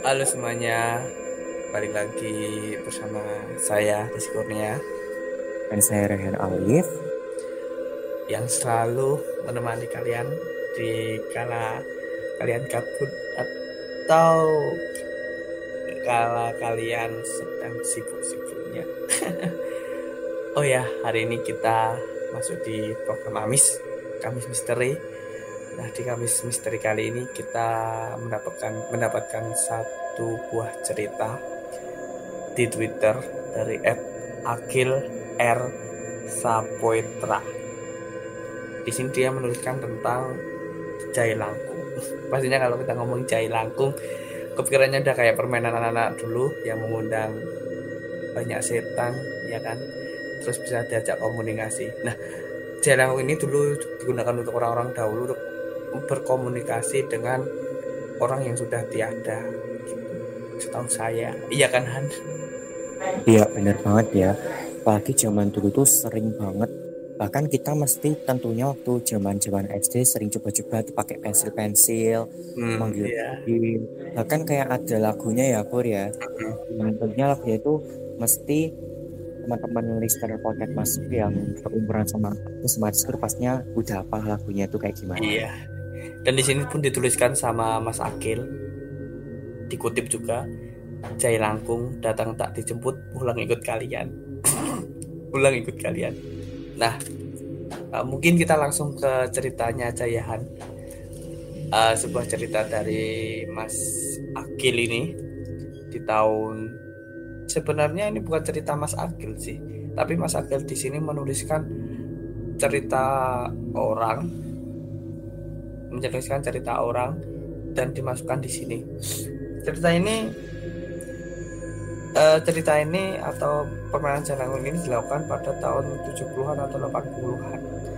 Halo semuanya, balik lagi bersama saya Desi Kurnia Dan saya Rehan Alif. yang selalu menemani kalian di kala kalian kabut atau kala kalian sedang sibuk-sibuknya. Oh ya, hari ini kita masuk di program Kamis Misteri. Nah, di Kamis Misteri kali ini kita mendapatkan satu buah cerita di Twitter dari @akil_r_sapoetra. Di sini dia menuliskan tentang Jai Langkung. Pastinya kalau kita ngomong Jai Langkung, kepikirannya udah kayak permainan anak-anak dulu yang mengundang banyak setan, ya kan? Terus bisa diajak komunikasi. Nah, Jai Langkung ini dulu digunakan untuk orang-orang dahulu untuk berkomunikasi dengan orang yang sudah tiada. Setahu saya, iya kan Han? Iya bener banget ya. Apalagi zaman dulu tuh sering banget. Bahkan kita mesti tentunya waktu zaman SD sering coba-coba tuh pakai pensil-pensil, manggil Iya. manggil. Bahkan kayak ada lagunya ya Pur ya. Yang tentunya lagunya itu mesti teman-teman listener podcast masuk yang berumuran sama aku sama Rizky pastinya udah apa lagunya itu kayak gimana. Iya. Dan di sini pun dituliskan sama Mas Akil, dikutip juga, Jai Langkung datang tak dijemput, pulang ikut kalian. Pulang ikut kalian. Nah, mungkin kita langsung ke ceritanya aja ya Han. Sebuah cerita dari Mas Akil ini di tahun, sebenarnya ini bukan cerita Mas Akil sih, tapi Mas Akil di sini menuliskan cerita orang, menjelaskan cerita orang dan dimasukkan di sini. Cerita ini atau permainan Jalangun ini dilakukan pada tahun 70-an atau 80-an.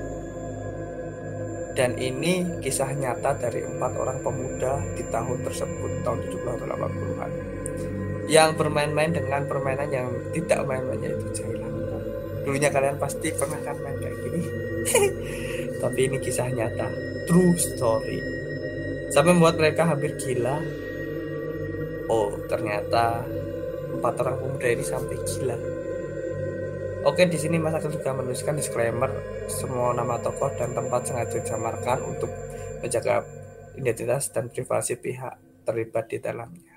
Dan ini kisah nyata dari 4 orang pemuda di tahun tersebut, tahun 70 atau 80-an. Yang bermain-main dengan permainan yang tidak main-main, yaitu Jai Langkung. Dulunya kalian pasti pernah kan main kayak gini. Tapi ini kisah nyata, true story. Sampai membuat mereka hampir gila. Oh, ternyata 4 orang pemuda ini sampai gila. Oke, di sini Mas Akil juga menuliskan disclaimer, semua nama tokoh dan tempat sengaja disamarkan untuk menjaga identitas dan privasi pihak terlibat di dalamnya.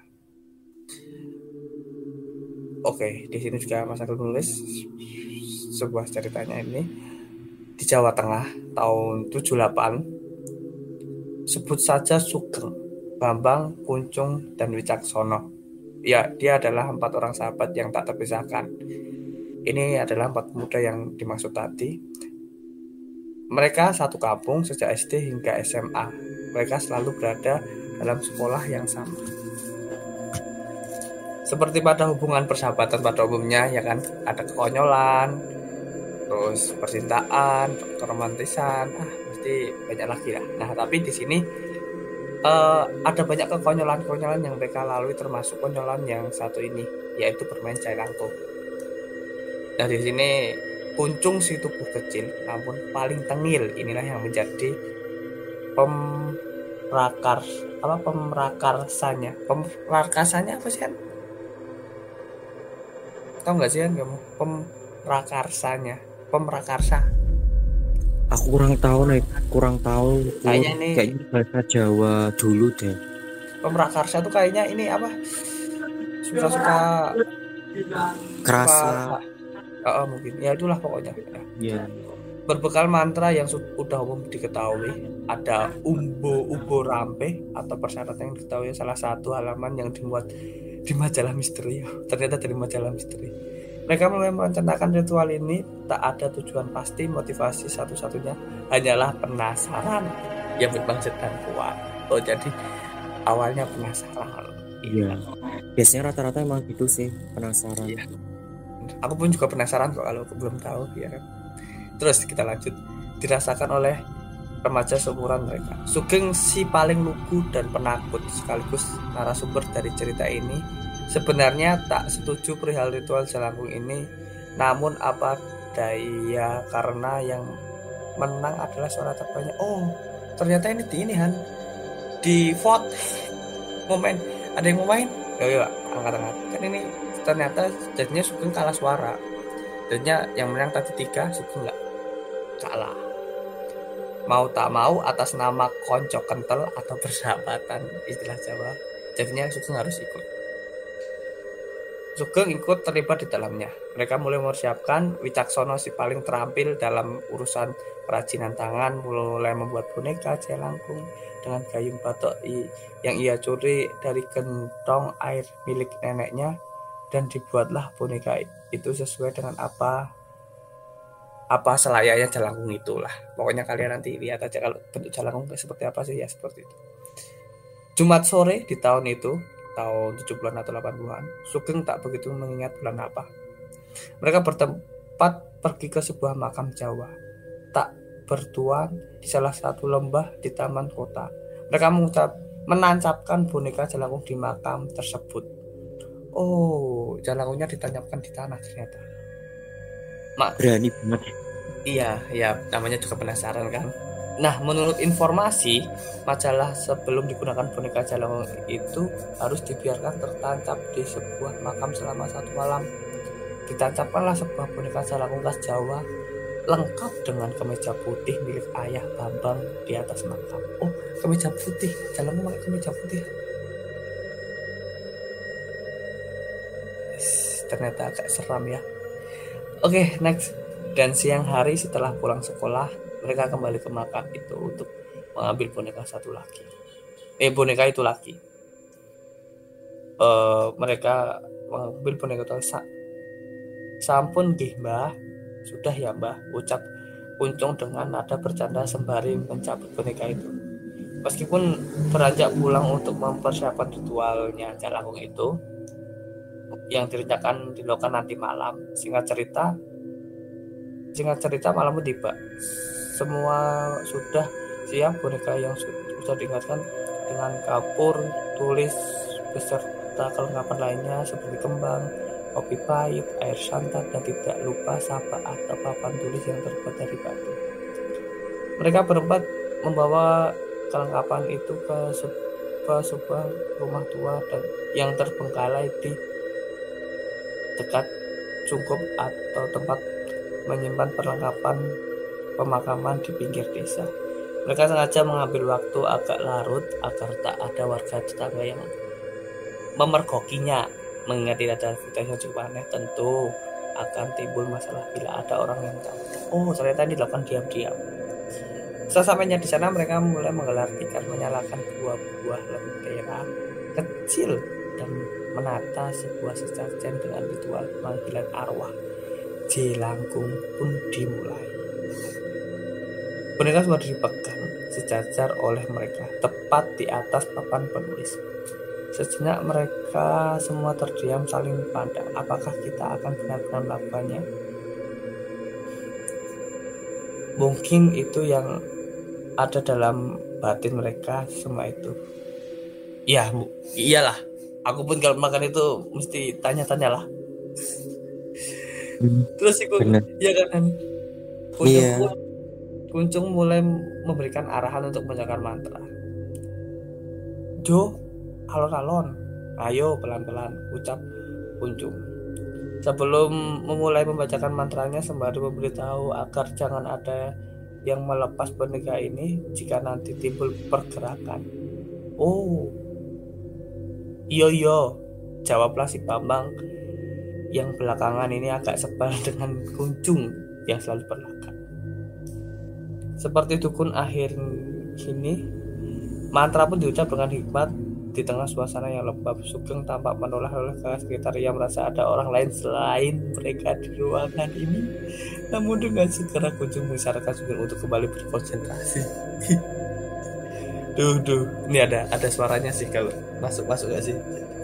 Oke, di sini juga Mas Akil menulis sebuah ceritanya ini di Jawa Tengah tahun 78. Sebut saja Sugeng, Bambang, Kuncung, dan Wicaksono. Ya, dia adalah 4 orang sahabat yang tak terpisahkan. Ini adalah 4 pemuda yang dimaksud tadi. Mereka satu kampung sejak SD hingga SMA. Mereka selalu berada dalam sekolah yang sama. Seperti pada hubungan persahabatan pada umumnya, ya kan, ada kekonyolan, terus percintaan, keromantisan, pasti banyak lagi lah. Nah, tapi di sini ada banyak kekonyolan-konyolan yang mereka lalui, termasuk konyolan yang satu ini, yaitu bermain Jai Langkung. Nah, di sini Kuncung si tubuh kecil namun paling tengil inilah yang menjadi pemrakar pemrakarsanya apa sih kan? Tahu nggak sih kan kamu pemrakarsa? Aku kurang tahu nih, kurang tahu Pur. Kayaknya ini Kayaknya bahasa Jawa dulu deh. pemrakarsa tuh kayaknya ini apa? Suka-suka suka Kerasa. mungkin ya itulah pokoknya. Ya. Berbekal mantra yang sudah umum diketahui, ada umbo rampe atau persyaratan yang diketahui salah satu halaman yang dimuat di majalah misteri. Ternyata dari majalah misteri. Mereka mulai merencanakan ritual ini, tak ada tujuan pasti, motivasi satu-satunya hanyalah penasaran yang berbangsat dan kuat. Oh, jadi awalnya penasaran. Iya. Biasanya rata-rata emang gitu sih, penasaran. Iya. Aku pun juga penasaran kok kalau aku belum tahu, ya kan. Terus kita lanjut. Dirasakan oleh remaja seumuran mereka. Sugeng si paling lugu dan penakut sekaligus narasumber dari cerita ini sebenarnya tak setuju perihal ritual Jalangkung ini, namun apa daya karena yang menang adalah suara terbanyak. Oh, ternyata ini di ini Han, di vote momen ada yang mau main. Yo, angkat-angkat. Kan ini ternyata jadinya Sugeng kalah suara. Jadinya yang menang tadi 3, Sugeng nggak kalah. Mau tak mau atas nama konco kental atau persahabatan istilah Jawa, jadinya Sugeng harus ikut. Sugeng ikut terlibat di dalamnya. Mereka mulai mempersiapkan. Wicaksono si paling terampil dalam urusan kerajinan tangan, mulai membuat boneka jelangkung dengan gayung batok yang ia curi dari gentong air milik neneknya, dan dibuatlah boneka itu sesuai dengan apa selayaknya jelangkung itulah. Pokoknya kalian nanti lihat aja kalau bentuk jelangkung seperti apa sih, ya seperti itu. Jumat sore di tahun itu, tahun 70-an atau 80-an, Sugeng tak begitu mengingat bulan apa. Mereka bertempat pergi ke sebuah makam Jawa, tak bertuan di salah satu lembah di taman kota. Mereka menancapkan boneka jelangkung di makam tersebut. Oh, jelangkungnya ditancapkan di tanah ternyata. Berani banget. Iya, namanya juga penasaran kan. Nah, menurut informasi, majalah sebelum digunakan boneka jelangkung itu harus dibiarkan tertancap di sebuah makam selama 1 malam. Ditancapkanlah sebuah boneka jelangkung khas Jawa lengkap dengan kemeja putih milik ayah Bambang di atas makam. Oh, kemeja putih, jelangkung pakai kemeja putih. Ternyata agak seram ya. Oke, next. Dan siang hari setelah pulang sekolah, mereka kembali ke makam itu untuk mengambil boneka satu lagi. Boneka itu lagi. Mereka mengambil boneka itu. Sampun nggih, Mbah. Sudah ya, Mbah, ucap Kuncung dengan nada bercanda sembari mencabut boneka itu. Meskipun beranjak pulang untuk mempersiapkan ritualnya jelangkung itu yang dilakukan nanti malam. Singkat cerita malam tiba. Semua sudah siap, boneka yang sudah diingatkan dengan kapur, tulis beserta kelengkapan lainnya seperti kembang, kopi pahit, air santan, dan tidak lupa sapa atau papan tulis yang terbuat dari batu. Mereka berempat membawa kelengkapan itu ke sebuah rumah tua dan yang terbengkalai di dekat cungkup atau tempat menyimpan perlengkapan pemakaman di pinggir desa. Mereka sengaja mengambil waktu agak larut agar tak ada warga tetangga yang memergokinya. Mengingat tidak ada aktivitas yang cukup aneh, tentu akan timbul masalah bila ada orang yang tahu. Oh, ternyata ini dilakukan diam-diam. Sesampainya di sana, mereka mulai menggelar tikar, menyalakan buah-buah lentera kecil dan menata sebuah sesajen dengan ritual pemanggilan arwah. Jelangkung pun dimulai. Boneka sudah dipegang sejajar oleh mereka, tepat di atas papan penulis. Sejenak mereka semua terdiam saling pandang. Apakah kita akan benar-benar melakukannya? Mungkin itu yang ada dalam batin mereka semua itu. Ya, iyalah. Aku pun kalau makan itu mesti tanya-tanya lah. Terus ikut, ya kan? Kuncung mulai memberikan arahan untuk membacakan mantra. Jo, alon-alon, ayo pelan-pelan, ucap Kuncung. Sebelum memulai membacakan mantranya, sembari memberitahu agar jangan ada yang melepas boneka ini jika nanti timbul pergerakan. Oh, iyo, jawablah si Bambang yang belakangan ini agak sebal dengan Kuncung yang selalu berlagak. Seperti dukun akhir kini, mantra pun diucap dengan hikmat. Di tengah suasana yang lembab, Sugeng tampak menoleh oleh ke sekitar. Ia merasa ada orang lain selain mereka di ruangan ini. Namun dengan segera Kuncung mengisyaratkan Sugeng untuk kembali berkonsentrasi. Duh, ini ada suaranya sih, kalau masuk gak sih?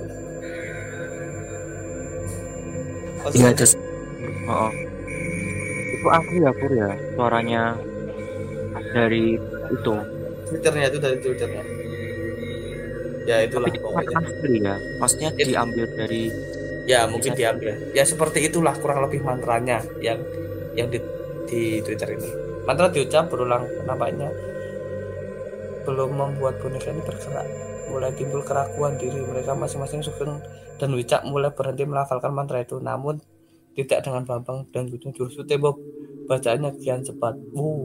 Iya, itu asli ya, Pur ya, suaranya dari itu. Twitternya. Ya itulah pokoknya. Asli ya, maksudnya diambil dari. Ya mungkin diambil. Ya seperti itulah kurang lebih mantranya yang di Twitter ini. Mantra diucap berulang, nampaknya belum membuat boneka ini bergerak. mulai timbul keraguan diri mereka masing-masing. Sugeng dan Wicak mulai berhenti melafalkan mantra itu, namun tidak dengan Bambang dan Kuncung. Justru tembok bacaannya kian cepat.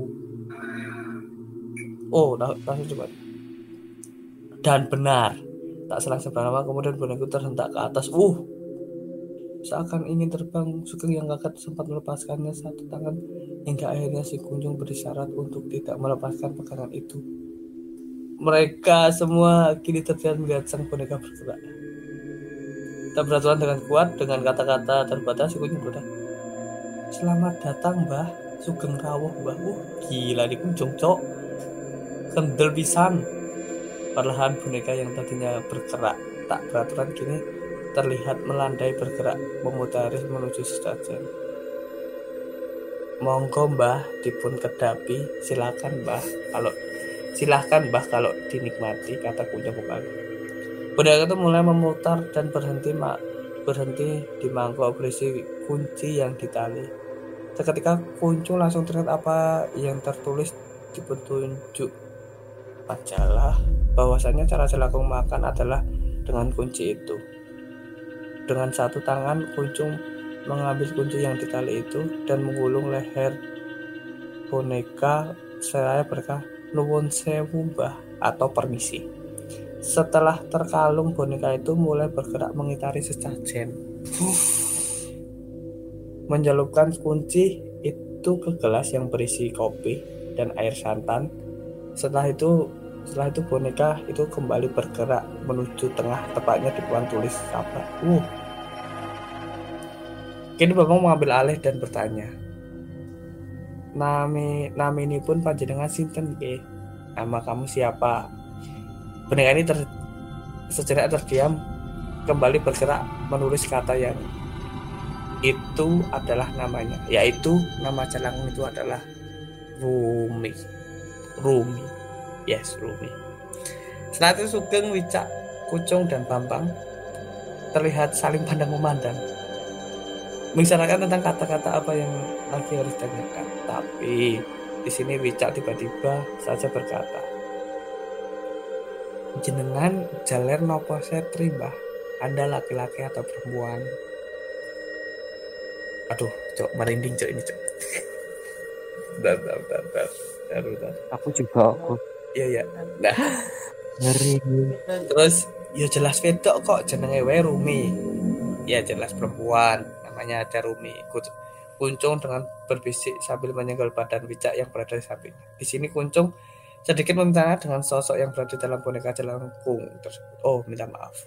Langsung cepat. Dan benar, tak selang seberapa lama kemudian boneka itu terhentak ke atas. Seakan ingin terbang, Sugeng yang kaget sempat melepaskannya satu tangan, hingga akhirnya si Kuncung berisyarat untuk tidak melepaskan pegangan itu. Mereka semua kini terdiam melihat sang boneka bergerak. Tak beraturan dengan kuat, dengan kata-kata terbatas, si Kuncung berkata, "Selamat datang, Mbah." Sugeng rawuh, Mbah. Gila di Kuncung, cok. Kendel pisan. Perlahan boneka yang tadinya bergerak tak beraturan kini terlihat melandai bergerak memutari menuju sesajen. "Monggo, Mbah, dipun kedapi. Silahkan, Mbah, kalau dinikmati," kata Kuncung kembali. Boneka itu mulai memutar dan berhenti di mangkok berisi kunci yang ditali. Seketika Kuncung langsung teringat apa yang tertulis di petunjuk majalah, bahwasanya cara Jelangkung makan adalah dengan kunci itu. Dengan satu tangan Kuncung mengambil kunci yang ditali itu dan menggulung leher boneka seraya berkata, "Nuwun sewu, Mbah," atau "permisi." Setelah terkalung, boneka itu mulai bergerak mengitari sesajen, mencelupkan kunci itu ke gelas yang berisi kopi dan air santan. Setelah itu boneka itu kembali bergerak menuju tengah, tepatnya di papan tulis apa. Kini Bambang mengambil alih dan bertanya, "Nami pun panjenengan sinten nggih? Nama kamu siapa?" Boneka ini sejenak terdiam, kembali bergerak menulis kata yang itu adalah namanya, yaitu nama Jelangkung itu adalah Rumi. Setelah itu Sugeng, Wicak, Kuncung, dan Bambang terlihat saling pandang memandang, mengisyaratkan tentang kata-kata apa yang lagi harus ditanyakan. Tapi di sini Wicak tiba-tiba saja berkata, "Jenengan jaler nopo setri, Mbah? Anda laki-laki atau perempuan?" Aduh, cok, merinding cok ini, cok. Bentar. Aku juga. Iya. Nah, Ngeri. terus ya jelas wedok kok, jenenge wae Rumi. Ya jelas perempuan, namanya ada Rumi. Kuncung dengan berbisik sambil menyenggol badan Wicak yang berada di sampingnya. Di sini Kuncung sedikit meminta dengan sosok yang berada dalam boneka Jelangkung tersebut. Minta maaf.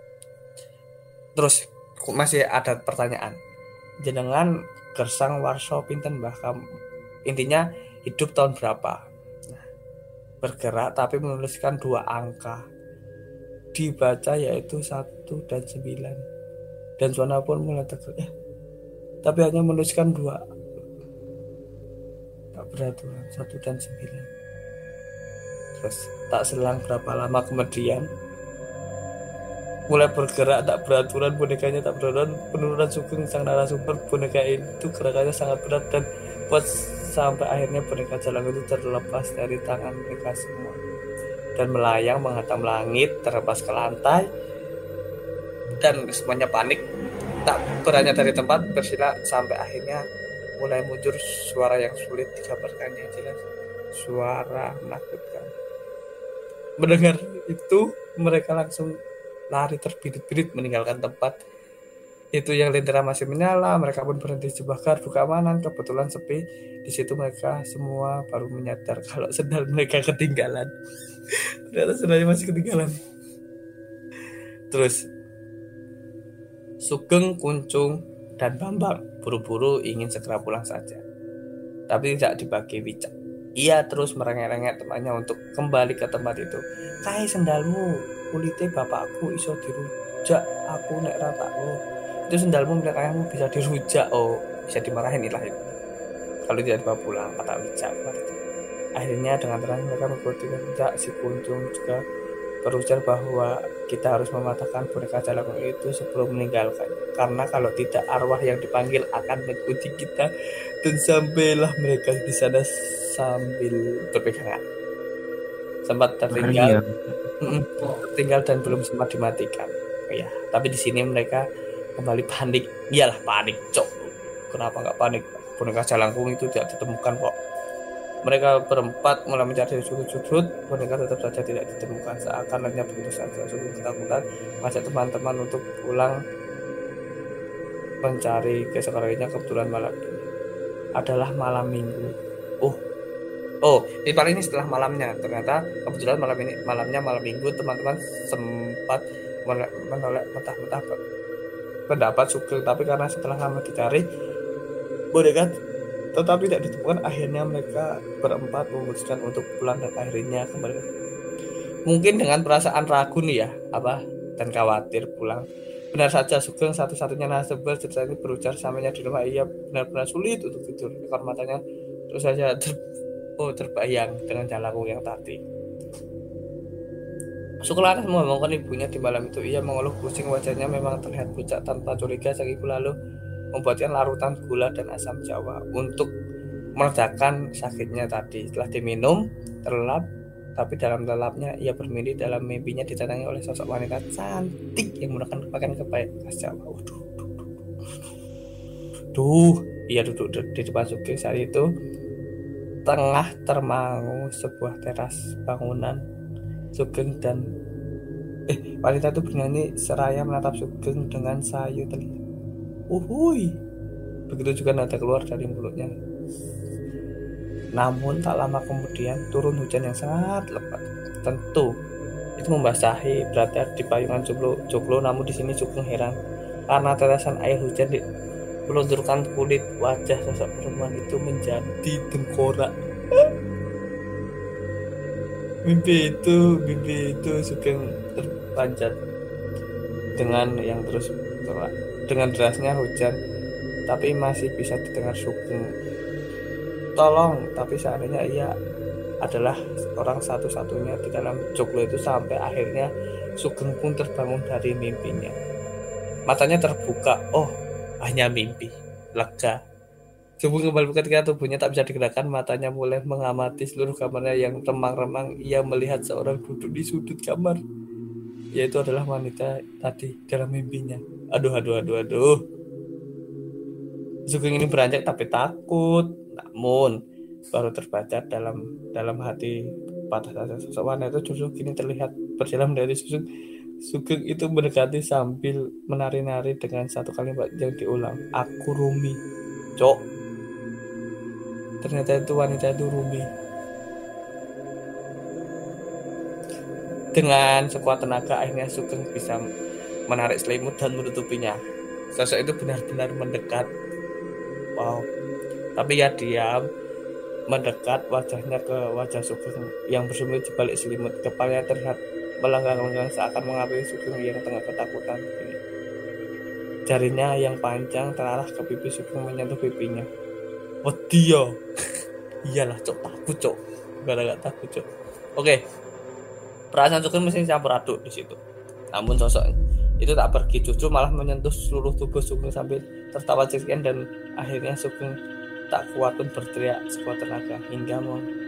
Terus masih ada pertanyaan. Jenengan gersang warso pinten, Mbah? Kamu intinya hidup tahun berapa? Bergerak tapi menuliskan 2 angka. Dibaca yaitu 1 dan 9. Dan suara pun mulai tergerak. Tapi hanya menuliskan 2. Tak beraturan, 1 dan 9. Terus tak selang berapa lama kemudian mulai bergerak tak beraturan, bonekanya tak beraturan. Penurunan Sugeng sang narasumber, boneka itu gerakannya sangat berat dan buat sampai akhirnya boneka Jelangkung itu terlepas dari tangan mereka semua dan melayang menghantam langit, terlepas ke lantai, dan semuanya panik, tak berani dari tempat, bersila sampai akhirnya mulai muncul suara yang sulit digambarkan, yang jelas suara menakutkan. Mendengar itu mereka langsung lari terbirit-birit meninggalkan tempat itu yang lentera masih menyala. Mereka pun berhenti di sebuah gardu keamanan, kebetulan sepi. Di situ mereka semua baru menyadar kalau sendal mereka ketinggalan. Ternyata sendalnya masih ketinggalan. Terus Sugeng, Kuncung, dan Bambang buru-buru ingin segera pulang saja, tapi tidak dibagi Wicak. Ia terus merengek-rengek temannya untuk kembali ke tempat itu. "Kae sendalmu, kulite bapakku iso dirujak, aku nek ra tak itu sendalmu milik ayahmu bisa dirujak, bisa dimarahin ilah itu kalau tidak dibawa pulang," kata Wicak. Akhirnya dengan terang mereka mengikuti Wicak. Si Kuncung juga berujar bahwa kita harus mematahkan boneka Jelangkung itu sebelum meninggalkan, karena kalau tidak arwah yang dipanggil akan mengikuti kita, dan sampailah mereka di sana sambil berpegangan. sempat Ngeri tertinggal, ya. tertinggal dan belum sempat dimatikan. Ya, tapi di sini mereka kembali panik. Iyalah panik, cok. Kenapa nggak panik? Boneka Jalangkung itu tidak ditemukan kok. Mereka berempat mulai mencari sudut-sudut, boneka tetap saja tidak ditemukan. Seakan hanya begitu saja. Sudut ketakutan mengajak teman-teman untuk pulang mencari keesokan kebetulan malam ini adalah malam minggu. Ini paling ini setelah malamnya. Ternyata kebetulan malamnya malam minggu, teman-teman sempat menolak mentah-mentah pendapat Sugeng, tapi karena setelah lama dicari boneka tetapi tidak ditemukan, akhirnya mereka berempat memutuskan untuk pulang dan akhirnya kembali. Mungkin dengan perasaan ragu nih ya, dan khawatir pulang. Benar saja, Sugeng satu-satunya narasumber cerita ini berujar samanya di rumah ia benar-benar sulit untuk tidur. Ekor matanya terus saja terbayang dengan Jalangkung yang tadi. Sukelaras membangunkan ibunya di malam itu. Ia mengeluh pusing, wajahnya memang terlihat pucat tanpa curiga. Sang ibu lalu membuatkan larutan gula dan asam jawa untuk meredakan sakitnya tadi. Setelah diminum, terlelap, tapi dalam lelapnya ia bermimpi. Dalam mimpinya didatangi oleh sosok wanita cantik yang menggunakan pakaian kebaya khas Jawa. Ia duduk di depan Sugeng saat itu. Tengah termangu sebuah teras bangunan. Sugeng dan wanita itu bernyanyi seraya menatap Sugeng dengan sayu telinga. Begitu juga nada keluar dari mulutnya. Namun tak lama kemudian turun hujan yang sangat lebat. Tentu itu membasahi berada di payungan Joglo. Namun di sini Sugeng heran karena tetesan air hujan melunturkan kulit wajah sosok perempuan itu menjadi tengkorak. Mimpi itu Sugeng terpanjat dengan derasnya hujan, tapi masih bisa didengar Sugeng. Tolong, tapi seandainya ia adalah orang satu-satunya di dalam Joglo itu. Sampai akhirnya Sugeng pun terbangun dari mimpinya. Matanya terbuka, hanya mimpi, lega. Sugeng kembali ketika tubuhnya tak bisa digerakkan, matanya mulai mengamati seluruh kamarnya yang remang-remang. Ia melihat seorang duduk di sudut kamar, yaitu adalah wanita tadi dalam mimpinya. Aduh. Sugeng ini beranjak tapi takut. Namun baru terbaca dalam hati patah saja. Sosok wanita itu justru kini terlihat berjalan dari Sugeng. Sugeng itu mendekati sambil menari-nari dengan satu kalimat yang diulang. Aku Rumi. Cok. Ternyata itu wanita itu Rumi. Dengan sekuat tenaga akhirnya Sugeng bisa menarik selimut dan menutupinya. Sosok itu benar-benar mendekat. Wow. Tapi ia diam, mendekat wajahnya ke wajah Sugeng yang bersembunyi di balik selimut. Kepalanya terlihat melenggang-lenggang seakan menghampiri Sugeng yang tengah ketakutan. Jarinya yang panjang terarah ke pipi Sugeng menyentuh pipinya. Dia. Iyalah, cok, takut, cok. Gak takut, cok. Oke. Perasaan Sugeng mesti campur aduk di situ. Namun sosok itu tak pergi, justru malah menyentuh seluruh tubuh Sugeng sambil tertawa cekikikan, dan akhirnya Sugeng tak kuat pun berteriak sekuat tenaga hingga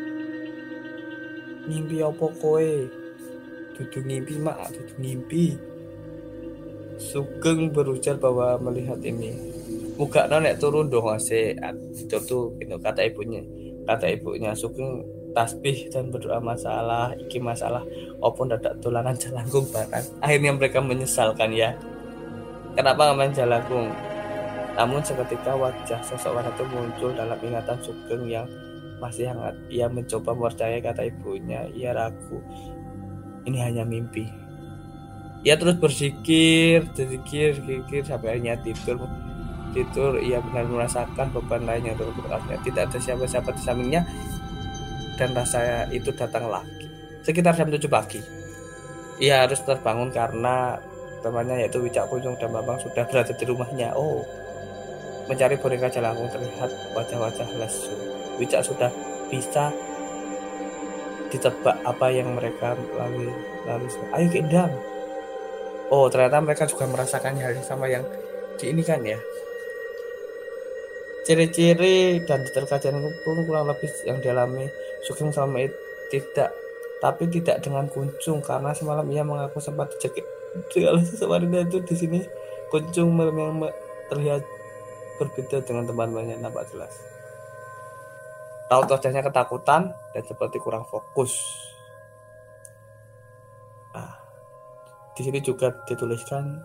mimpi apa kowe? Dudu ngimpi. Sugeng berujar bahwa melihat ini. Muga nek turun dong asik. Itu kata ibunya. Sugeng tasbih dan berdoa masalah opon dadak dolanan Jalangkung barang. Akhirnya mereka menyesalkan ya. Kenapa ngamen Jalangkung? Namun seketika wajah sosok wanita itu muncul dalam ingatan Sugeng yang masih hangat. Ia mencoba percaya kata ibunya. Ia ragu. Ini hanya mimpi. Ia terus berzikir sampai akhirnya tidur. Ia benar merasakan beban lain yang turun beratnya. Tidak ada siapa-siapa di sampingnya, dan rasa itu datang lagi sekitar jam 7 pagi. Ia harus terbangun karena temannya yaitu Wicak Kunjung dan Bambang sudah berada di rumahnya. Mencari boneka Jalangkung terlihat wajah-wajah lesu. Wicak sudah bisa ditebak apa yang mereka lalui. Ayo Kendang. Ternyata mereka juga merasakan hal yang sama yang diinikan ya. Ciri-ciri dan detail kajian pun kurang lebih yang dialami Sugeng selama itu tidak tapi tidak dengan Kuncung karena semalam ia mengaku sempat dicekik oleh seseorang itu. Di sini Kuncung memang terlihat berbeda dengan teman-temannya, nampak jelas. Raut wajahnya ketakutan dan seperti kurang fokus. Nah, di sini juga dituliskan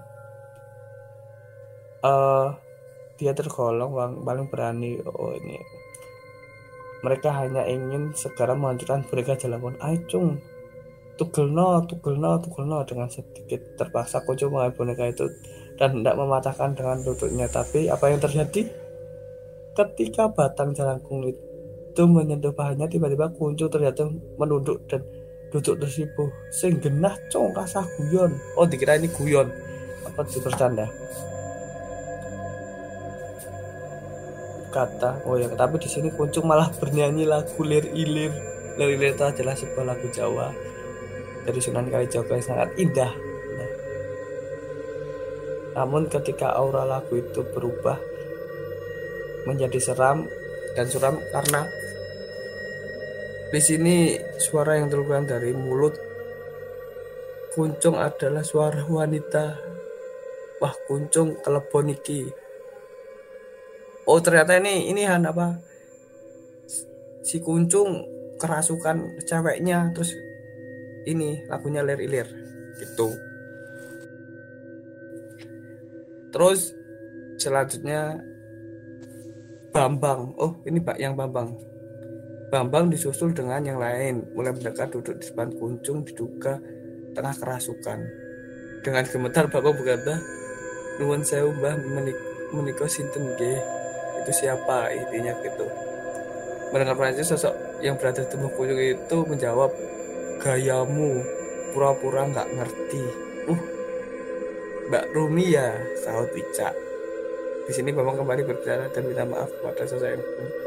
dia tergolong paling berani. Oh ini mereka hanya ingin segera menghancurkan boneka Jelangkung. Cung, tugelno dengan sedikit terpaksa Kuncung mengambil boneka itu dan hendak mematahkan dengan lututnya. Tapi apa yang terjadi? Ketika batang Jelangkung itu menyentuh bahannya, tiba-tiba Kuncung ternyata menunduk dan duduk tersipu. Sing genah cung rasa guyon. Oh dikira ini guyon apa bercanda kata. Oh ya, tapi di sini Kuncung malah bernyanyi lagu Lir Ilir. Lir Ilir itu adalah sebuah lagu Jawa dari Sunan Kalijaga yang sangat indah. Nah, namun ketika aura lagu itu berubah menjadi seram dan suram karena di sini suara yang terkeluar dari mulut Kuncung adalah suara wanita. Wah, Kuncung telepon iki. Oh ternyata ini apa si Kuncung kerasukan ceweknya, terus ini lagunya Lir Ilir gitu. Terus selanjutnya Bambang. Oh ini Pak yang Bambang disusul dengan yang lain mulai mendekat duduk di depan Kuncung, diduga tengah kerasukan. Dengan gemetar Bambang berkata, nuwun sewu Mbah, menika sinten nggih? Itu siapa, intinya gitu. Mendengar pertanyaan sosok yang berada di tubuh Kuncung itu menjawab, gayamu pura-pura nggak ngerti. Mbak Rumi ya, sahut Wicak. Di sini Bambang kembali berbicara dan minta maaf kepada sosok yang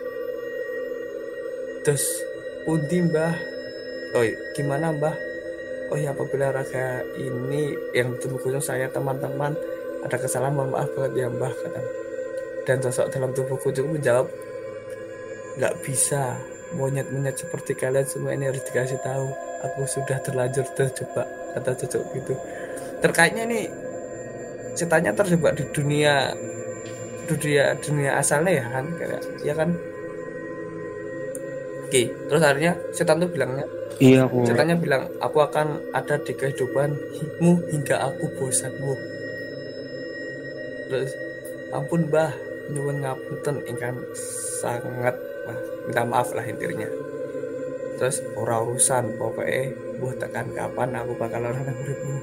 terus pundi Mbah? Oh gimana Mbah? Oh ya, apabila raga ini yang tubuh Kuncung saya teman-teman ada kesalahan, mohon maaf banget ya Mbah, kata. Dan sosok dalam tubuh Kuncung menjawab, nggak bisa, monyet-monyet seperti kalian semua ini harus dikasih tahu. Aku sudah terlanjur terjebak, kata cocok gitu. Terkaitnya nih ceritanya terjebak di dunia asalnya ya kan, ya kan. Oke, terus akhirnya setan tuh bilangnya, Iya, setannya bilang, aku akan ada di kehidupanmu hingga aku bosanmu. Terus ampun Mbah, nyuwun ngapunten ingkang sangat, minta maaf lah intinya. Terus ora urusan, pokoknya buat tekan kapan aku bakal orang uripmu.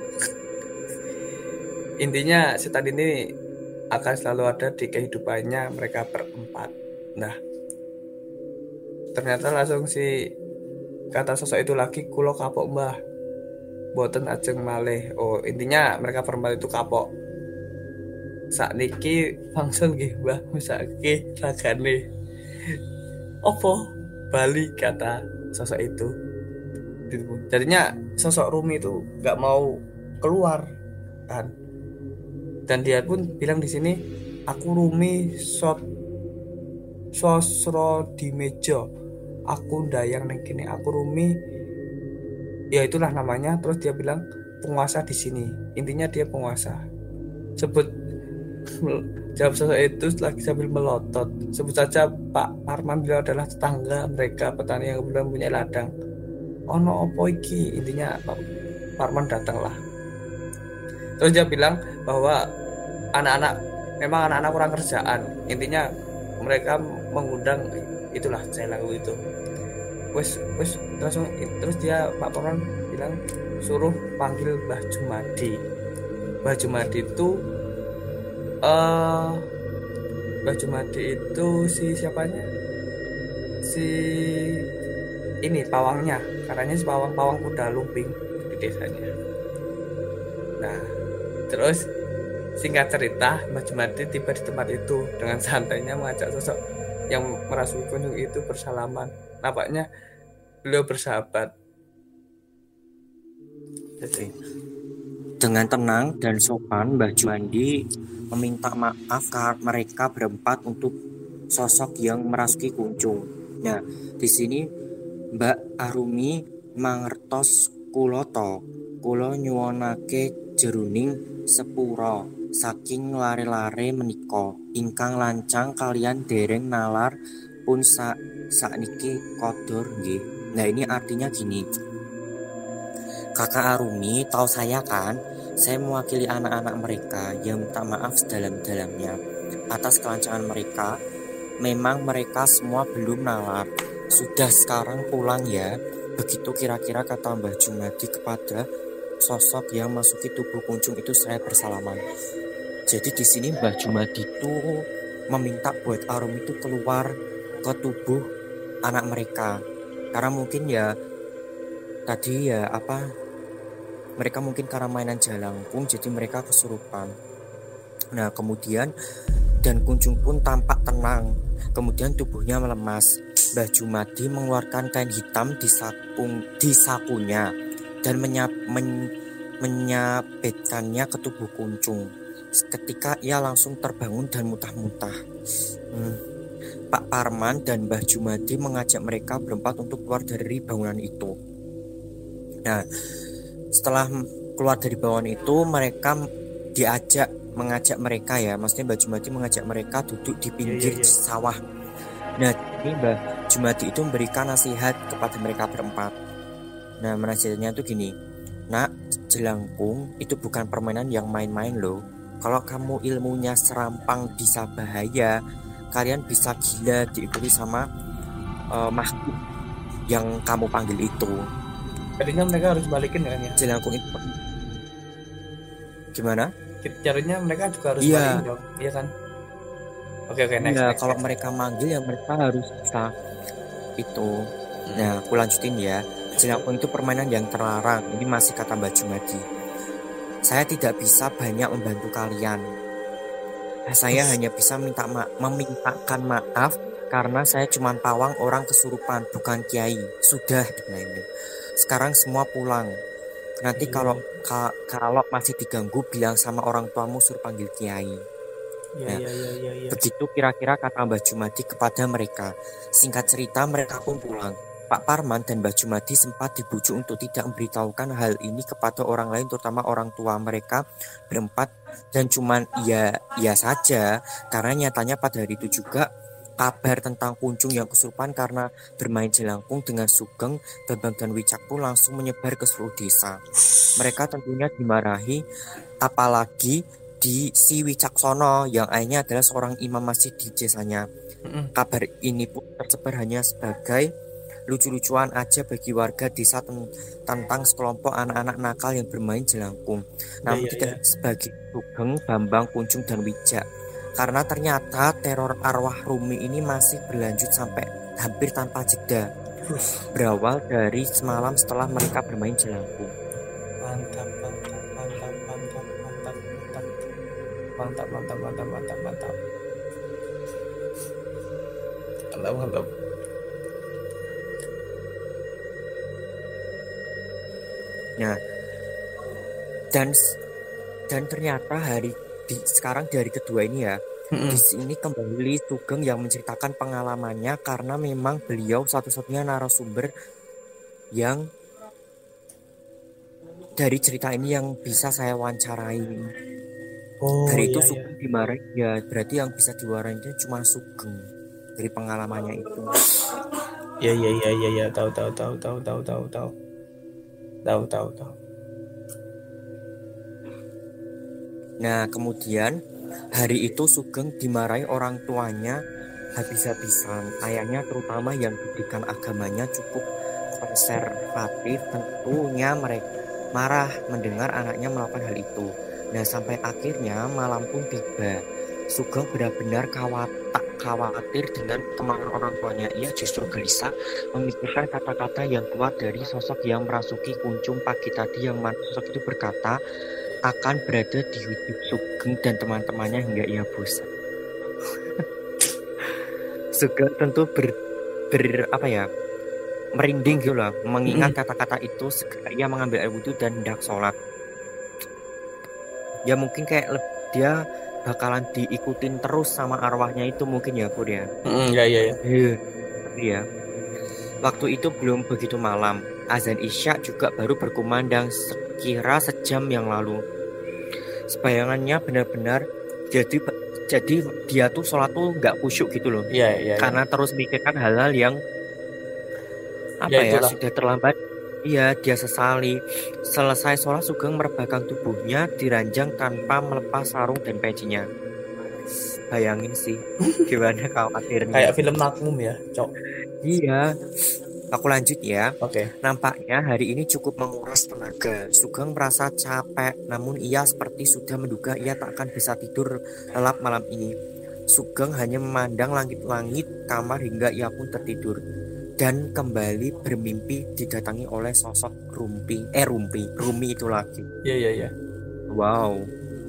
Intinya setan ini akan selalu ada di kehidupannya mereka berempat. Nah, ternyata langsung si kata sosok itu lagi, kulo kapok Mbah, boten ajeng malih. Oh intinya mereka berempat itu kapok. Sakniki wangsul nggih Mbah, mesake ragane opo bali, kata sosok itu. Jadinya sosok Rumi itu nggak mau keluar kan, dan dia pun bilang di sini, aku Rumi sosro di meja, aku ndayang neng kene, aku Rumi, ya itulah namanya. Terus dia bilang penguasa di sini, intinya dia penguasa. Jawab sosok itu lagi sambil melotot, sebut saja Pak Parman, beliau adalah tetangga mereka, petani yang belum punya ladang. Ono opo iki, intinya Pak Parman datanglah. Terus dia bilang bahwa memang anak-anak kurang kerjaan, intinya mereka mengundang itulah saya lagu itu. Wes terus dia Pak Parman bilang suruh panggil Mbah Jumadi. Mbah Jumadi itu si siapanya, si ini pawangnya, katanya si pawang kuda lumping di desanya. Nah terus singkat cerita, Mbah Jumadi tiba di tempat itu dengan santainya mengajak sosok yang merasuki Kuncung itu bersalaman. Nampaknya beliau bersahabat. Dengan tenang dan sopan, Mbah Jumadi meminta maaf karena mereka berempat untuk sosok yang merasuki Kuncung. Nah, di sini Mbak Arumi mangertos kula to, kula nyuwunake jeruning sepura saking lare-lare menika ingkang lancang kalian dereng nalar pun sakniki kodor nggih. Nah, ini artinya gini. Kakak Arumi, tahu saya kan? Saya mewakili anak-anak mereka yang minta maaf sedalam-dalamnya atas kelancangan mereka. Memang mereka semua belum nalar. Sudah sekarang pulang ya. Begitu kira-kira kata Mbah Jumadi kepada sosok yang masuki tubuh Kuncung itu saya bersalaman. Jadi di sini Mbah Jumadi itu meminta buat Arumi itu keluar ke tubuh anak mereka. Karena mungkin ya tadi ya mereka mungkin karena mainan jalangkung jadi mereka kesurupan. Nah, kemudian dan Kuncung pun tampak tenang. Kemudian tubuhnya melemas. Mbah Jumadi mengeluarkan kain hitam di sakunya dan menyabetkannya ke tubuh Kuncung. Ketika ia langsung terbangun dan muntah-muntah. Pak Parman dan Mbah Jumadi mengajak mereka berempat untuk keluar dari bangunan itu. Nah, setelah keluar dari bangunan itu, mereka mengajak mereka ya, maksudnya Mbah Jumadi mengajak mereka duduk di pinggir sawah. Nah, ini Mbah Jumadi itu memberikan nasihat kepada mereka berempat. Nah, nasihatnya itu gini, nak, jelangkung itu bukan permainan yang main-main loh. Kalau kamu ilmunya serampang bisa bahaya, kalian bisa gila diikuti sama makhluk yang kamu panggil itu. Jadinya mereka harus balikin kan ya? Jelangkung itu gimana? Caranya mereka juga harus balikin dong, iya kan? Oke, next. Kalau mereka manggil ya mereka harus bisa itu. Nah, aku lanjutin ya. Jelangkung itu permainan yang terlarang. Ini masih kata Mbah Jumadi. Saya tidak bisa banyak membantu kalian. Saya hanya bisa memintakan maaf karena saya cuma pawang orang kesurupan, bukan kiai. Sudah, sekarang semua pulang. Nanti kalau masih diganggu bilang sama orang tuamu suruh panggil kiai. Begitu kira-kira kata Mbah Jumadi kepada mereka. Singkat cerita mereka pun pulang. Pak Parman dan Mbah Jumadi sempat dibujuk untuk tidak memberitahukan hal ini kepada orang lain, terutama orang tua mereka berempat, dan cuman iya saja karena nyatanya pada hari itu juga kabar tentang Kuncung yang kesurupan karena bermain jelangkung dengan Sugeng, Bambang dan Wicak pun langsung menyebar ke seluruh desa. Mereka tentunya dimarahi, apalagi di si Wicaksono yang ayahnya adalah seorang imam masjid di desanya. Kabar ini pun tersebar hanya sebagai lucu-lucuan aja bagi warga desa tentang sekelompok anak-anak nakal yang bermain jelangkung. Namun tidak sebagai Sugeng, Bambang, Kuncung dan Wicak. Karena ternyata teror arwah Rumi ini masih berlanjut sampai hampir tanpa jeda. Berawal dari semalam setelah mereka bermain jelangkung. Mantap. Nah, dan ternyata sekarang di hari kedua ini ya, di sini kembali Sugeng yang menceritakan pengalamannya karena memang beliau satu-satunya narasumber yang dari cerita ini yang bisa saya wawancarai. Dari itu Sugeng dimarahin ya, berarti yang bisa diwarain itu cuma Sugeng dari pengalamannya itu. Iya, tahu. Nah, kemudian hari itu Sugeng dimarahi orang tuanya habis-habisan. Ayahnya terutama yang pendidikan agamanya cukup konservatif, tentunya mereka marah mendengar anaknya melakukan hal itu. Nah, sampai akhirnya malam pun tiba. Sugeng benar-benar khawatir dengan kemarahan orang tuanya. Ia justru gelisah memikirkan kata-kata yang keluar dari sosok yang merasuki Kuncung pagi tadi, yang mana sosok itu berkata akan berada di wujud Sugeng dan teman-temannya hingga ia bosan. Sugeng tentu merinding gitu lah, mengingat kata-kata itu. Segera ia mengambil air wudhu dan hendak sholat. Ya mungkin kayak dia bakalan diikutin terus sama arwahnya itu mungkin ya Pur ya. Iya. Ya. Waktu itu belum begitu malam. Azan Isya juga baru berkumandang sekira sejam yang lalu. Bayangannya benar-benar jadi dia tuh sholat tuh nggak khusyuk gitu loh. Iya. Karena terus mikirkan hal-hal yang Itulah. sudah terlambat. Iya, dia sesali. Selesai sholat, Sugeng merebahkan tubuhnya di ranjang tanpa melepas sarung dan pecinya. Bayangin sih, gimana khawatirnya. Kayak film Makmum ya, Cok. Iya, aku lanjut ya. Oke. Nampaknya hari ini cukup menguras tenaga. Sugeng merasa capek, namun ia seperti sudah menduga ia tak akan bisa tidur lelap malam ini. Sugeng hanya memandang langit-langit kamar hingga ia pun tertidur. Dan kembali bermimpi didatangi oleh sosok Rumi itu lagi. Iya. Wow.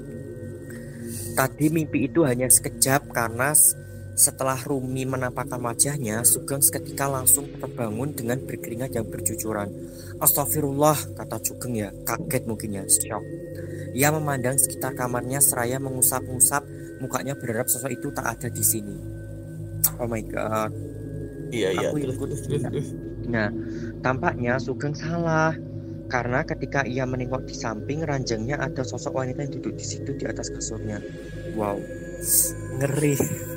Tadi mimpi itu hanya sekejap karena setelah Rumi menampakkan wajahnya, Sugeng seketika langsung terbangun dengan berkeringat yang bercucuran. Astagfirullah, kata Sugeng ya, kaget mungkin ya, shock. Ia memandang sekitar kamarnya seraya mengusap-ngusap mukanya berharap sosok itu tak ada di sini. Oh my god. Iya. Nah, tampaknya Sugeng salah karena ketika ia menengok di samping ranjangnya ada sosok wanita yang duduk di situ di atas kasurnya. Wow, ngeri.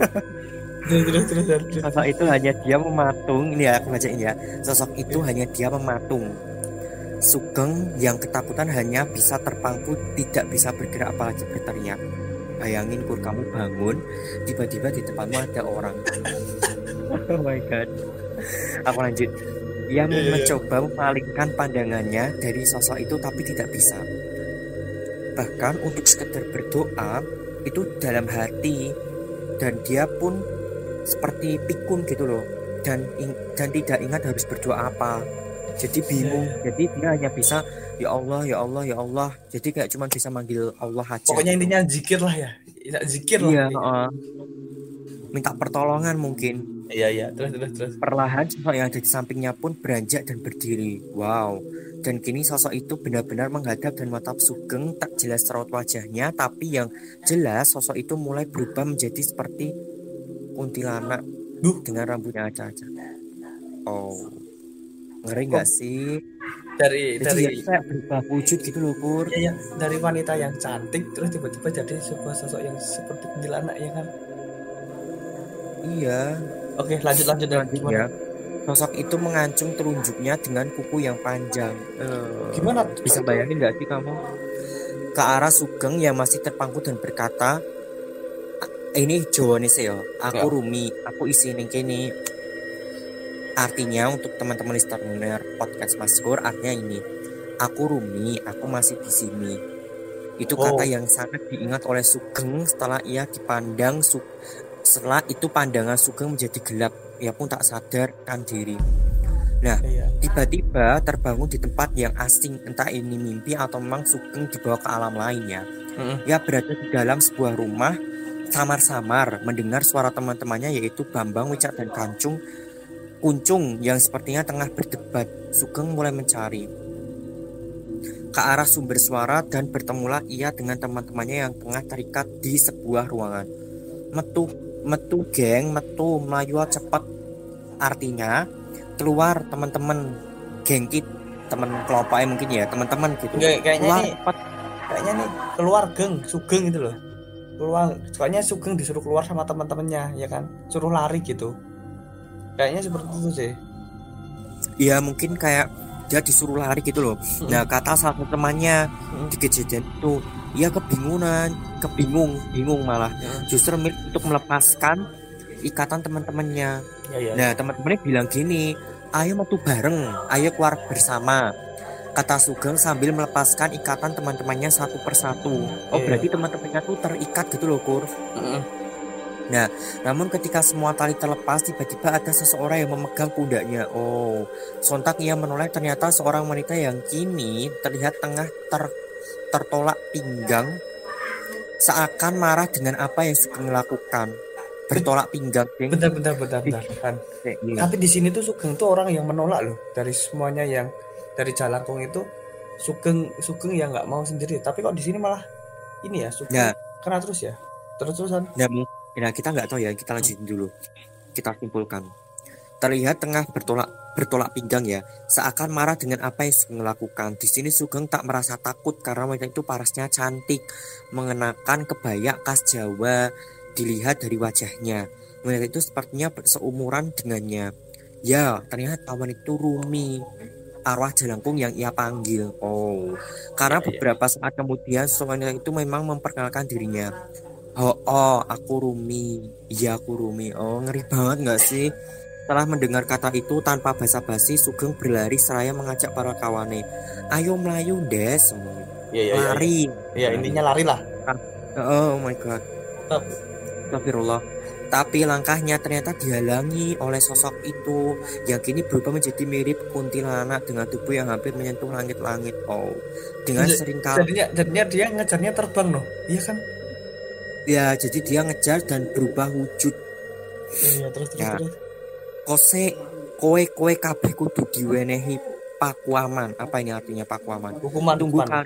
Terus. Sosok itu hanya dia mematung. Ini ya aku bacain ya. Sosok itu hanya dia mematung. Sugeng yang ketakutan hanya bisa terpangku, tidak bisa bergerak apalagi berteriak. Bayangin Pur, kamu bangun, tiba-tiba di depanmu ada orang. Oh my god. Aku lanjut. Ia mencoba memalingkan pandangannya dari sosok itu tapi tidak bisa. Bahkan untuk sekedar berdoa itu dalam hati, dan dia pun seperti pikun gitu loh, dan tidak ingat harus berdoa apa. Jadi bingung. Jadi dia hanya bisa ya Allah, ya Allah, ya Allah. Jadi kayak cuma bisa manggil Allah aja. Pokoknya intinya zikir lah ya. Zikir iya, lah. Minta pertolongan mungkin. Iya. Terus. Perlahan sosok yang ada di sampingnya pun beranjak dan berdiri. Wow. Dan kini sosok itu benar-benar menghadap dan menatap Sugeng. Tak jelas raut wajahnya, tapi yang jelas sosok itu mulai berubah menjadi seperti kuntilanak dengan rambutnya acak-acak. Oh, ngeri nggak sih? Dari kayak berubah wujud gitu loh, Pur. Iya, dari wanita yang cantik terus tiba-tiba jadi sebuah sosok yang seperti kuntilanak ya kan? Iya. Oke, lanjut ya. Sosok itu mengancung telunjuknya dengan kuku yang panjang. Gimana? Bisa bayangin nggak sih kamu? Ke arah Sugeng yang masih terpangku dan berkata, ini Jawane seo, aku Rumi, aku isi ning kene. Artinya untuk teman-teman listener podcast Maskur, artinya ini, aku Rumi, aku masih di sini. Itu kata yang sangat diingat oleh Sugeng setelah ia dipandang. Setelah itu pandangan Sugeng menjadi gelap. Ia pun tak sadarkan diri. Nah, tiba-tiba terbangun di tempat yang asing. Entah ini mimpi atau memang Sugeng dibawa ke alam lainnya. Ia berada di dalam sebuah rumah. Samar-samar mendengar suara teman-temannya yaitu Bambang, Wicak, dan Kuncung yang sepertinya tengah berdebat. Sugeng mulai mencari ke arah sumber suara dan bertemulah ia dengan teman-temannya yang tengah terikat di sebuah ruangan. Metu geng, metu melayu cepat. Artinya keluar teman-teman geng kit, teman kelompoknya mungkin ya, teman-teman gitu. Kayaknya nih keluar geng Sugeng itu loh. Keluar, soalnya Sugeng disuruh keluar sama teman-temannya ya kan, suruh lari gitu. Kayaknya seperti itu sih. Iya, mungkin kayak dia disuruh lari gitu loh. Nah, kata salah satu temannya di kejadian itu, ia bingung malah. Justru untuk melepaskan ikatan teman-temannya. Nah, teman-temannya bilang gini, ayo metu bareng, ayo keluar bersama, kata Sugeng sambil melepaskan ikatan teman-temannya satu persatu. Berarti teman-temannya tuh terikat gitu loh, Kur. Nah, namun ketika semua tali terlepas, tiba-tiba ada seseorang yang memegang pundaknya. Sontak ia menoleh, ternyata seorang wanita yang kini terlihat tengah tertolak pinggang, seakan marah dengan apa yang Sugeng lakukan. Bertolak pinggang. Bentar. Kan. Tapi di sini tuh Sugeng tuh orang yang menolak loh. Dari semuanya yang dari Jalangkung itu Sugeng yang nggak mau sendiri. Tapi kok di sini malah ini ya Sugeng kena terus ya. Terus-terusan. Nah, kita nggak tahu ya, kita lanjutin dulu. Kita simpulkan. terlihat tengah bertolak pinggang ya, seakan marah dengan apa yang Sugeng lakukan. Di sini Sugeng tak merasa takut karena wanita itu parasnya cantik, mengenakan kebaya khas Jawa. Dilihat dari wajahnya, wanita itu sepertinya seumuran dengannya. Ya, ternyata wanita itu Rumi, arwah Jalangkung yang ia panggil. Oh, Iya, karena iya. beberapa saat kemudian wanita itu memang memperkenalkan dirinya. Oh, aku Rumi. Iya, aku Rumi. Oh, ngeri banget nggak sih? Setelah mendengar kata itu tanpa basa-basi, Sugeng berlari seraya mengajak para kawannya. Ayo melayu, Des. Iya, iya, iya, iya. Lari, Iya, lari. intinya lari lah. Oh my God. Tetap. Astagfirullah. Tapi langkahnya ternyata dihalangi oleh sosok itu yang kini berubah menjadi mirip kuntilanak dengan tubuh yang hampir menyentuh langit-langit. Oh, dengan sering kali Jadinya dia ngejarnya terbang loh. Iya kan? ya, jadi dia ngejar dan berubah wujud. Iya, terus terus Ya, terus. kose kowe kabeh kudu diwenehi pakuaman. Apa ini artinya pakuaman? Hukuman, Tunggu hukuman.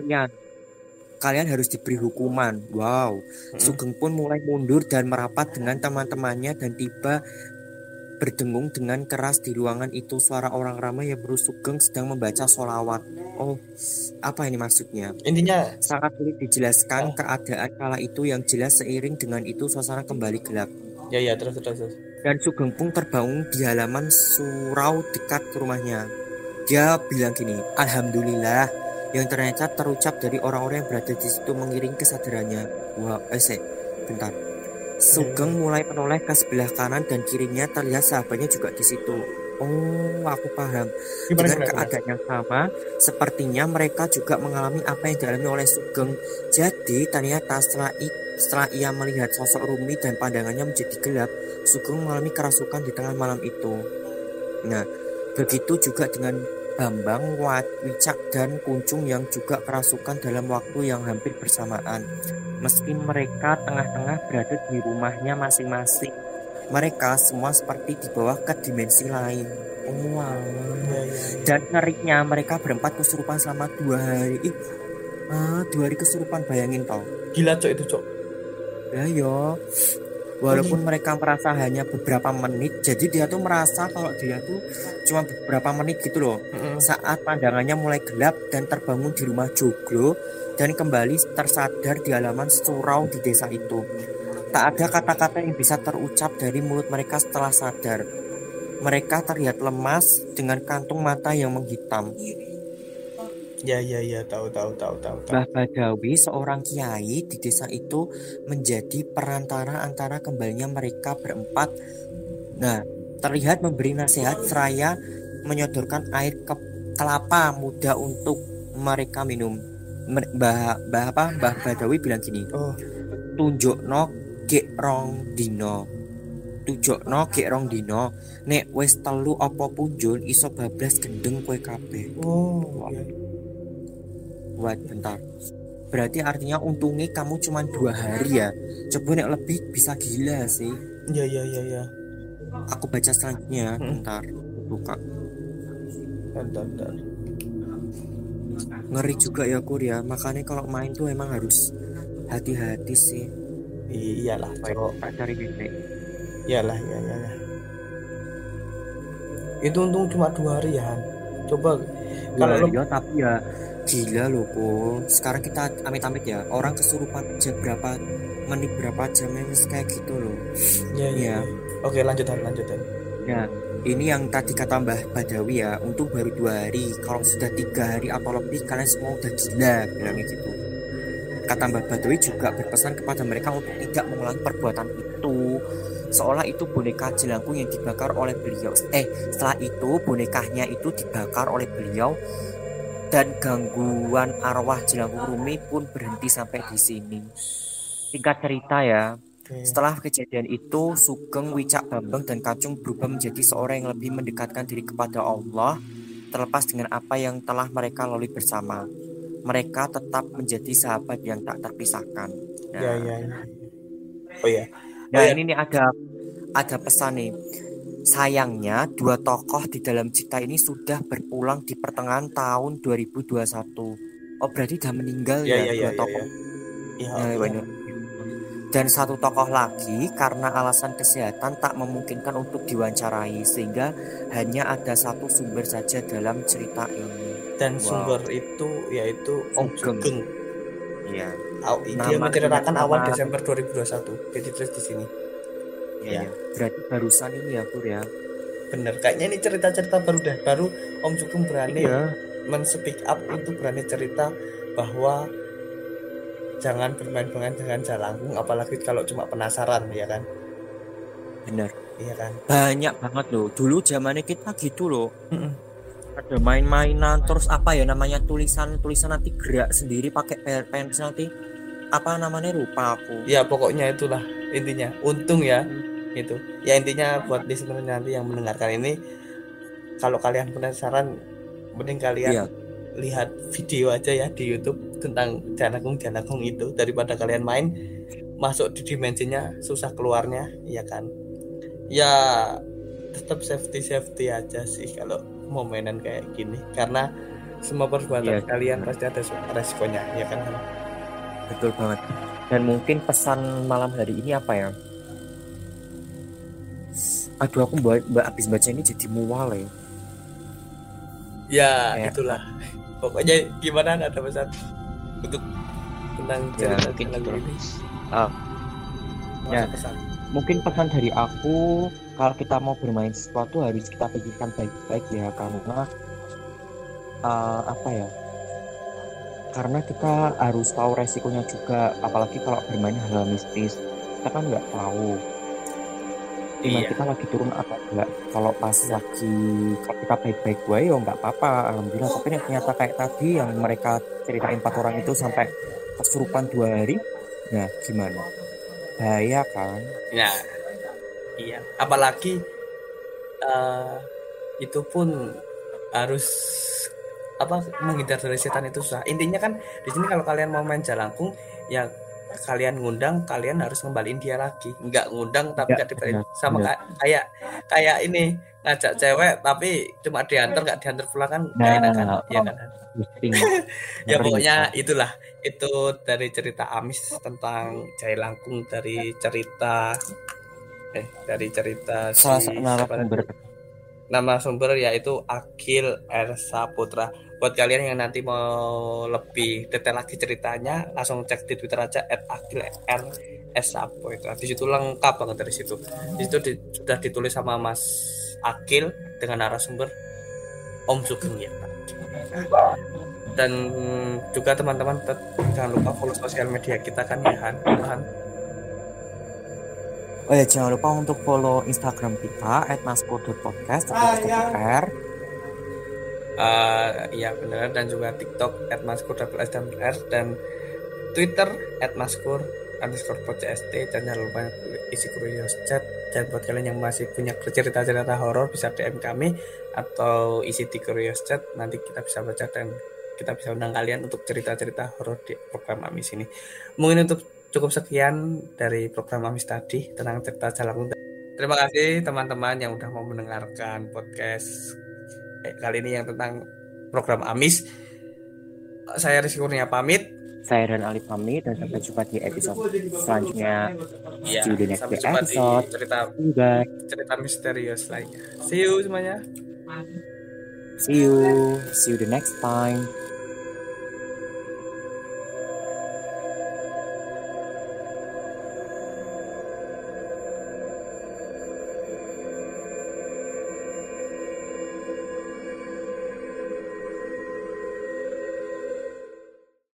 kalian harus diberi hukuman. Wow. Mm-mm. Sugeng pun mulai mundur dan merapat dengan teman-temannya dan tiba berdengung dengan keras di ruangan itu. Suara orang ramai yang beru Sugeng sedang membaca sholawat. Oh, apa ini maksudnya? Intinya, Sangat sulit dijelaskan keadaan kala itu yang jelas seiring dengan itu suasana kembali gelap. ya ya, terus terus terus. Dan Sugeng pun terbangun di halaman surau dekat rumahnya. Dia bilang gini, Alhamdulillah, yang ternyata terucap dari orang-orang yang berada di situ mengiring kesadarannya. Wah, bentar. Sugeng mulai menoleh ke sebelah kanan dan kirinya terlihat sahabatnya juga di situ. Oh, aku paham. Gimana Dengan gimana gimana? keadaan yang sama, sepertinya mereka juga mengalami apa yang dialami oleh Sugeng. Jadi, ternyata setelah ia melihat sosok Rumi dan pandangannya menjadi gelap, Sugeng mengalami kerasukan di tengah malam itu. Nah, begitu juga dengan Bambang, Wicak, dan Kuncung yang juga kerasukan dalam waktu yang hampir bersamaan. Meski mereka tengah-tengah berada di rumahnya masing-masing, mereka semua seperti di bawah ke dimensi lain. Wow. Ya, ya, ya. Dan ngerinya mereka berempat kesurupan selama 2 hari. 2 hari kesurupan, bayangin toh. Gila cok itu cok. Ya yo. Walaupun mereka merasa hanya beberapa menit, jadi dia tuh merasa kalau dia tuh cuma beberapa menit gitu loh. Saat pandangannya mulai gelap dan terbangun di rumah Joglo dan kembali tersadar di halaman surau di desa itu. Tak ada kata-kata yang bisa terucap dari mulut mereka setelah sadar. Mereka terlihat lemas dengan kantung mata yang menghitam. Ya ya ya, tahu tahu tahu tahu tahu. Mbah Badawi, seorang kiai di desa itu, menjadi perantara antara kembalinya mereka berempat. Nah, terlihat memberi nasihat seraya menyodorkan air kelapa muda untuk mereka minum. Mbah Badawi bilang gini, tunjukno gek rong dino, nek wis telu apa punjul iso bablas gendeng kowe kabeh. Wah, bentar. Berarti artinya untungnya kamu cuma 2 hari ya. Coba nek lebih bisa gila sih. Ya ya ya ya. Aku baca selanjutnya. Bentar. Buka. Bentar. Ngeri juga ya Kur ya. Makanya kalau main tuh emang harus hati-hati sih. Iyalah cok. Tak cari gini. Iyalah ya. Itu untung cuma 2 hari ya Han. Coba kalau ya, tapi ya gila loh Kur. Sekarang kita amit-amit ya, orang kesurupan aja berapa menit berapa jamnya kayak gitu loh. Ya. Oke, lanjutan. Ya, ini yang tadi kata Mbah Badawi ya, untuk baru 2 hari. Kalau sudah 3 hari atau lebih kalian semua udah gila, bilangnya gitu. Kata Mbah Badawi juga berpesan kepada mereka untuk tidak mengulangi perbuatan itu. Seolah itu boneka jelangkung yang dibakar oleh beliau. Setelah itu bonekanya itu dibakar oleh beliau. Dan gangguan arwah Jelangkung Rumi pun berhenti sampai di sini. Singkat cerita ya, setelah kejadian itu, Sugeng, Wicak, Bambang, dan Kacung berubah menjadi seorang yang lebih mendekatkan diri kepada Allah, terlepas dengan apa yang telah mereka lalui bersama. Mereka tetap menjadi sahabat yang tak terpisahkan. Nah, ini nih ada pesan nih. Sayangnya 2 tokoh di dalam cerita ini sudah berpulang di pertengahan tahun 2021. Oh, berarti udah meninggal ya 2 tokoh. Dan satu tokoh lagi karena alasan kesehatan tak memungkinkan untuk diwawancarai sehingga hanya ada satu sumber saja dalam cerita ini. Dan Wow. sumber itu yaitu Om Sugeng. Iya. Dia menceritakan awal nama- Desember 2021. Jadi terus di sini. Iya. Berarti barusan ini ya Pur ya. Bener, kayaknya ini cerita-cerita baru Om Sugeng berani Iya. men-speak up untuk berani cerita bahwa jangan bermain-main dengan Jalangkung, apalagi kalau cuma penasaran, ya kan? Bener. Iya kan? Banyak banget loh. Dulu zamannya kita gitu loh. Mm-mm. Ada main-mainan terus apa ya namanya tulisan nanti gerak sendiri pakai pensil nanti apa namanya lupa aku. Ya pokoknya itulah intinya. Untung ya itu. Ya intinya buat listener nanti yang mendengarkan ini, kalau kalian penasaran, mending kalian Iya. lihat video aja ya di YouTube tentang Jalangkung itu daripada kalian main masuk di dimensinya susah keluarnya, ya kan? Ya tetap safety aja sih kalau mau mainan kayak gini, karena semua perbuatan Iya. kalian pasti ada resikonya, ya kan? Betul banget. Dan mungkin pesan malam hari ini apa ya? Aduh aku habis baca ini jadi mual ya. Ya Kayak- itulah. Pokoknya gimana, ada pesan untuk tentang Ya, cerita mungkin lagu gitu. ini? Ya. Masa pesan. Mungkin pesan dari aku kalau kita mau bermain sesuatu harus kita pikirkan baik-baik ya karena apa ya? Karena kita harus tahu resikonya juga, apalagi kalau bermain hal mistis kita kan nggak tahu iman Iya. kita lagi turun apa enggak. Kalau pas lagi kalau kita baik-baik gue ya nggak apa-apa alhamdulillah, tapi ternyata kayak tadi yang mereka ceritain 4 orang itu sampai kesurupan 2 hari, nah gimana, bahaya kan. Ya, iya. Apalagi itu pun harus menghindar dari setan itu susah. Intinya kan di sini kalau kalian mau main Jalangkung, ya kalian ngundang, kalian harus ngembaliin dia lagi. Nggak ngundang tapi nggak dibalikin. Sama kayak ini ngajak cewek tapi cuma diantar nggak diantar pulang kan nggak enak kan, ya kan? Ya pokoknya itulah itu dari cerita Amis tentang Jalangkung, dari cerita nama sumber yaitu Akil R. Saputra. Buat kalian yang nanti mau lebih detail lagi ceritanya, langsung cek di Twitter aja @Akil R. Saputra. Di situ lengkap banget dari situ. Di situ sudah ditulis sama Mas Akil dengan narasumber Om Sugeng ya. Dan juga teman-teman jangan lupa follow sosial media kita kan ya Han. Oh ya, jangan lupa untuk follow Instagram kita @maskur.podcast @maskur.r. Ya benar, dan juga TikTok @maskur_r dan Twitter @maskur_podcast. Dan jangan lupa isi curious chat. Dan buat kalian yang masih punya cerita-cerita horor bisa DM kami atau isi di curious chat, nanti kita bisa baca dan kita bisa undang kalian untuk cerita-cerita horor di program Amis ini. Mungkin untuk cukup sekian dari program Amis tadi tentang cerita Jalangkung. Terima kasih teman-teman yang udah mau mendengarkan podcast kali ini yang tentang program Amis. Saya Rizky Kurnia pamit. Saya dan Ali pamit dan sampai jumpa di episode selanjutnya. Ya, See you the next sampai jumpa episode. di cerita misterius lainnya. See you semuanya. See you the next time.